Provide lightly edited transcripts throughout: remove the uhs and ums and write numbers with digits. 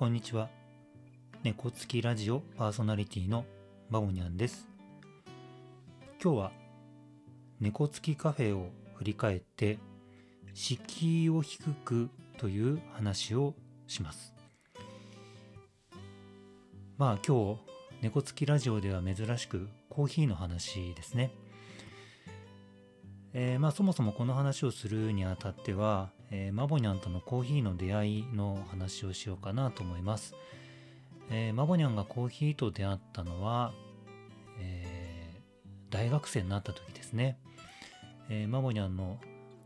こんにちは。猫つきラジオパーソナリティのバボニャンです。今日は猫つきカフェを振り返って敷居を低くという話をします。今日猫つきラジオでは珍しくコーヒーの話ですね。そもそもこの話をするにあたっては、マボニャンとのコーヒーの出会いの話をしようかなと思います。マボニャンがコーヒーと出会ったのは、大学生になった時ですね。マボニャンの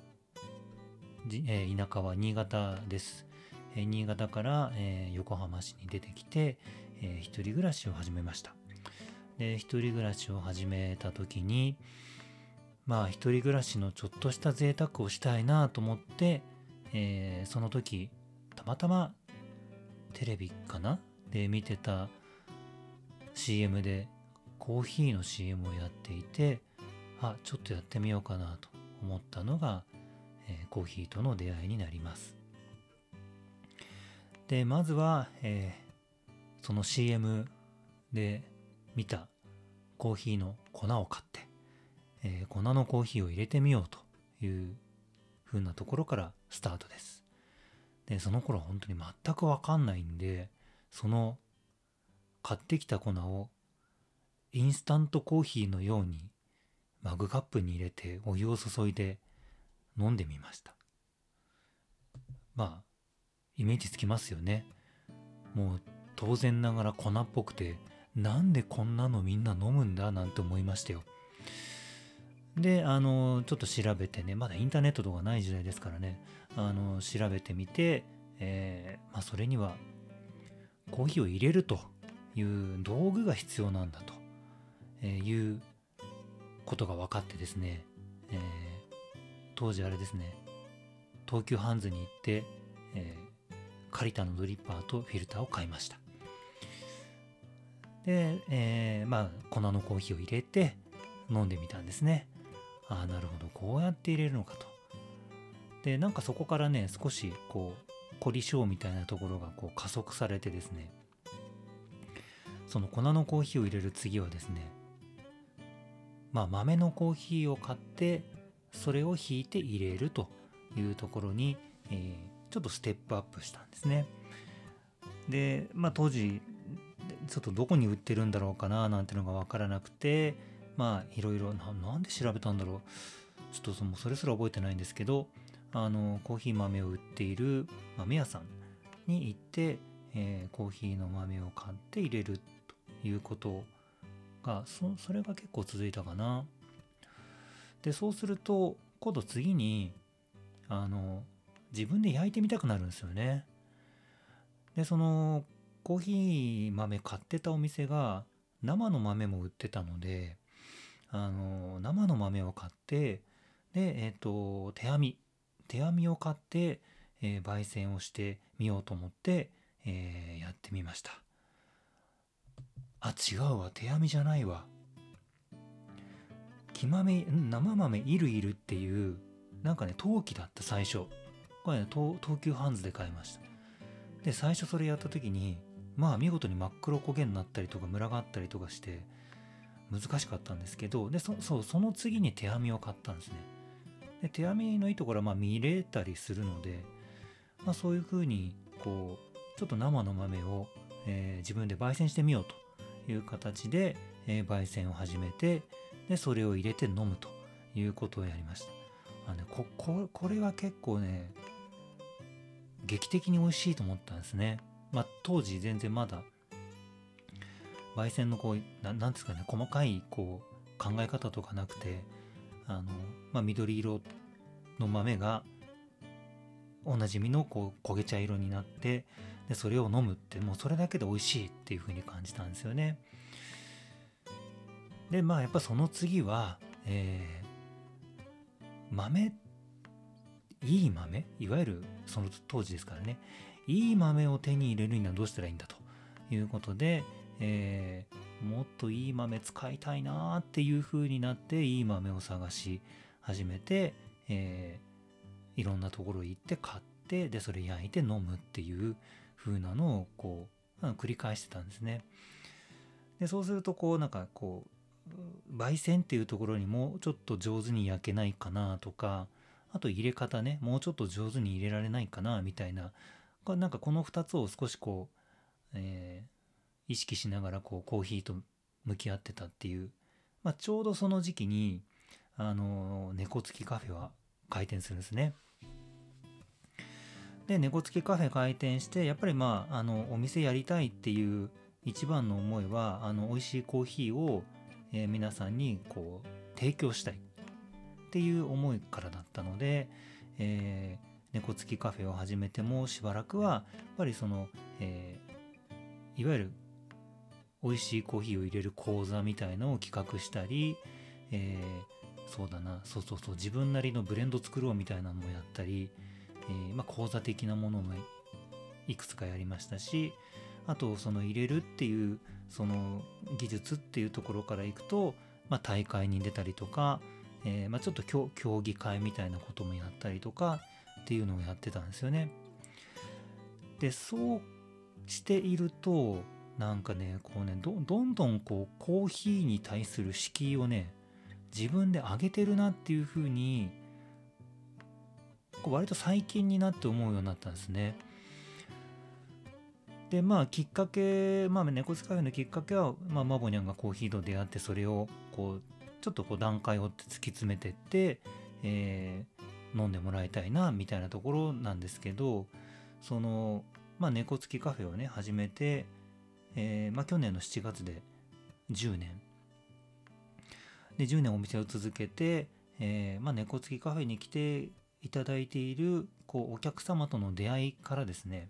田舎は新潟です。新潟から、横浜市に出てきて、一人暮らしを始めました。で、一人暮らしを始めた時に、一人暮らしのちょっとした贅沢をしたいなと思って、その時たまたまテレビかなで見てた CM でコーヒーの CM をやっていて、ちょっとやってみようかなと思ったのが、コーヒーとの出会いになります。で、まずは、その CM で見たコーヒーの粉を買って、粉のコーヒーを入れてみようという風なところからスタートです。で、その頃本当に全くわかんないんで、その買ってきた粉をインスタントコーヒーのようにマグカップに入れてお湯を注いで飲んでみました。イメージつきますよね。もう当然ながら粉っぽくて、なんでこんなのみんな飲むんだなんて思いましたよ。で、ちょっと調べてね、まだインターネットとかない時代ですからね、調べてみて、それにはコーヒーを入れるという道具が必要なんだということが分かってですね、当時あれですね、東急ハンズに行って、カリタのドリッパーとフィルターを買いました。で、粉のコーヒーを入れて飲んでみたんですね。なるほど、こうやって入れるのかと。で、なんかそこからね、少し凝り性みたいなところが加速されてですね、その粉のコーヒーを入れる次はですね、豆のコーヒーを買ってそれをひいて入れるというところに、ちょっとステップアップしたんですね。で、当時ちょっとどこに売ってるんだろうかななんてのが分からなくて、いろいろなんで調べたんだろう、ちょっとそれすら覚えてないんですけど、コーヒー豆を売っている豆屋さんに行って、コーヒーの豆を買って入れるということがそれが結構続いたかな。で、そうすると今度次に自分で焼いてみたくなるんですよね。で、そのコーヒー豆買ってたお店が生の豆も売ってたので、生の豆を買って、で、手編みを買って、焙煎をしてみようと思って、やってみました。違うわ、手編みじゃないわ。生豆いるいるっていう、なんかね、陶器だった最初。これね、東急ハンズで買いました。で、最初それやった時に、見事に真っ黒焦げになったりとかムラがあったりとかして難しかったんですけど、で、その次に手編みを買ったんですね。で、手編みのいいところは見れたりするので、そういう風にちょっと生の豆を、自分で焙煎してみようという形で、焙煎を始めて、でそれを入れて飲むということをやりました。これは結構ね、劇的に美味しいと思ったんですね。当時全然まだ焙煎のなんですかね、細かい考え方とかなくて、緑色の豆がおなじみの焦げ茶色になって、でそれを飲むって、もうそれだけで美味しいっていう風に感じたんですよね。で、やっぱその次は、いい豆、いわゆるその当時ですからね、いい豆を手に入れるにはどうしたらいいんだということで、もっといい豆使いたいなっていう風になって、いい豆を探し始めて、いろんなところ行って買って、でそれ焼いて飲むっていう風なのをこう繰り返してたんですね。でそうするとこうなんかこう焙煎っていうところにもうちょっと上手に焼けないかなとか、あと入れ方ね、もうちょっと上手に入れられないかなみたいな、なんかこの2つを少しこう、意識しながらこうコーヒーと向き合ってたっていう、ちょうどその時期に猫付きカフェは開店するんですね。で猫付きカフェ開店して、やっぱりお店やりたいっていう一番の思いは美味しいコーヒーを、皆さんにこう提供したいっていう思いからだったので、猫付きカフェを始めてもしばらくはやっぱりその、いわゆる美味しいコーヒーを入れる講座みたいのを企画したり、そうだな、そう自分なりのブレンド作ろうみたいなのもやったり、講座的なものもいくつかやりましたし、あとその入れるっていうその技術っていうところからいくと、大会に出たりとか、ちょっと競技会みたいなこともやったりとかっていうのをやってたんですよね。でそうしているとなんかねこうねどんどんこうコーヒーに対する敷居をね自分で上げてるなっていう風に割と最近になって思うようになったんですね。できっかけ猫使いのきっかけは、マボニャンがコーヒーと出会って、それをこうちょっとこう段階を突き詰めてって、飲んでもらいたいなみたいなところなんですけど、その猫付きカフェをね始めて、去年の7月で10年で10年お店を続けて、猫付きカフェに来ていただいているこうお客様との出会いからですね、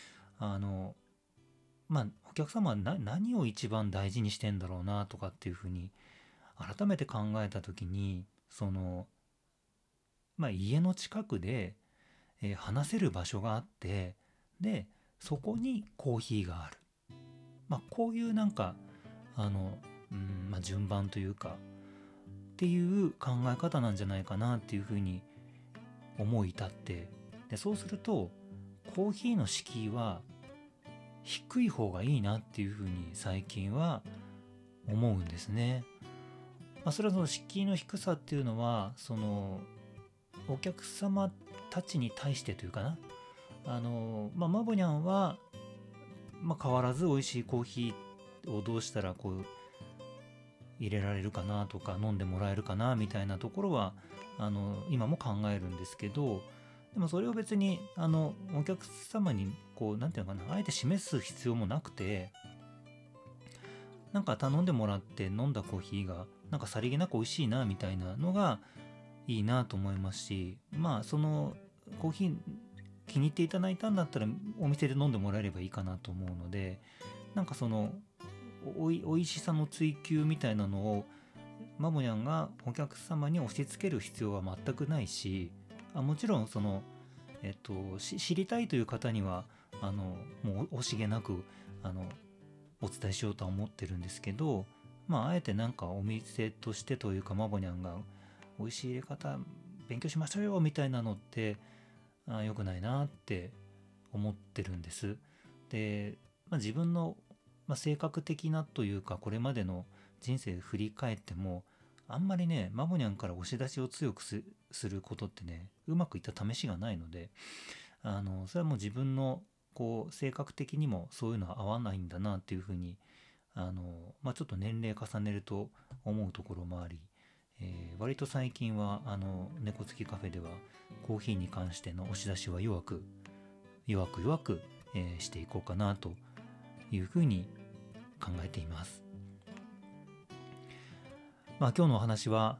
お客様は何を一番大事にしてんだろうなとかっていうふうに改めて考えた時に、その家の近くで、話せる場所があって、でそこにコーヒーがある、こういうなんか順番というかっていう考え方なんじゃないかなっていうふうに思い至って、でそうするとコーヒーの敷居は低い方がいいなっていうふうに最近は思うんですね。それはその敷居の低さっていうのはそのお客様たちに対してというかな、マボニャンは、変わらず美味しいコーヒーをどうしたらこう入れられるかなとか飲んでもらえるかなみたいなところは今も考えるんですけど、でもそれを別にお客様にこうなんていうのかな、あえて示す必要もなくて、なんか頼んでもらって飲んだコーヒーがなんかさりげなく美味しいなみたいなのがいいなと思いますし、そのコーヒー気に入っていただいたんだったらお店で飲んでもらえればいいかなと思うので、なんかその美味しさの追求みたいなのをマボニャンがお客様に押し付ける必要は全くないし、もちろんその、知りたいという方にはもう惜しげなくお伝えしようとは思ってるんですけど、あえてなんかお店としてというかマボニャンが美味しい入れ方勉強しましょうよみたいなのって良くないなって思ってるんです。で、自分の、性格的なというかこれまでの人生振り返ってもあんまりねマボニャンから押し出しを強くすることってねうまくいった試しがないので、それはもう自分のこう性格的にもそういうのは合わないんだなっていうふうにちょっと年齢重ねると思うところもあり、割と最近は猫付きカフェではコーヒーに関しての押し出しは弱く、していこうかなというふうに考えています。今日のお話は、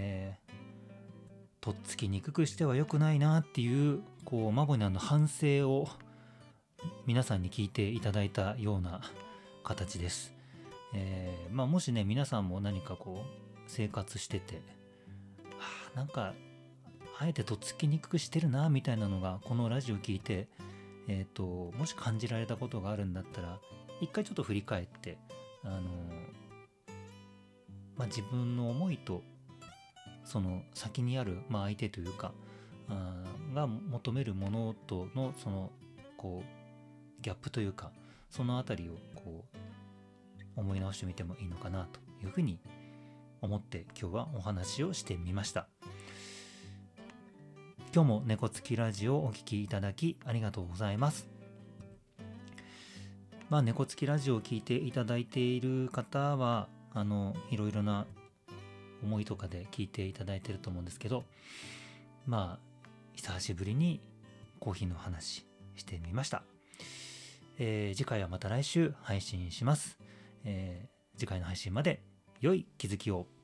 とっつきにくくしては良くないなっていうこうマボニャンの反省を皆さんに聞いていただいたような形です。もしね皆さんも何かこう生活してて、なんかあえてとっつきにくくしてるなみたいなのがこのラジオ聞いて、もし感じられたことがあるんだったら一回ちょっと振り返って、自分の思いとその先にある、相手というかが求めるものとのそのこうギャップというか、そのあたりをこう思い直してみてもいいのかなというふうに思って今日はお話をしてみました。今日も猫つきラジオをお聞きいただきありがとうございます。猫つきラジオを聞いていただいている方はいろいろな思いとかで聞いていただいていると思うんですけど、久しぶりにコーヒーの話してみました。次回はまた来週配信します。次回の配信まで良い気づきを。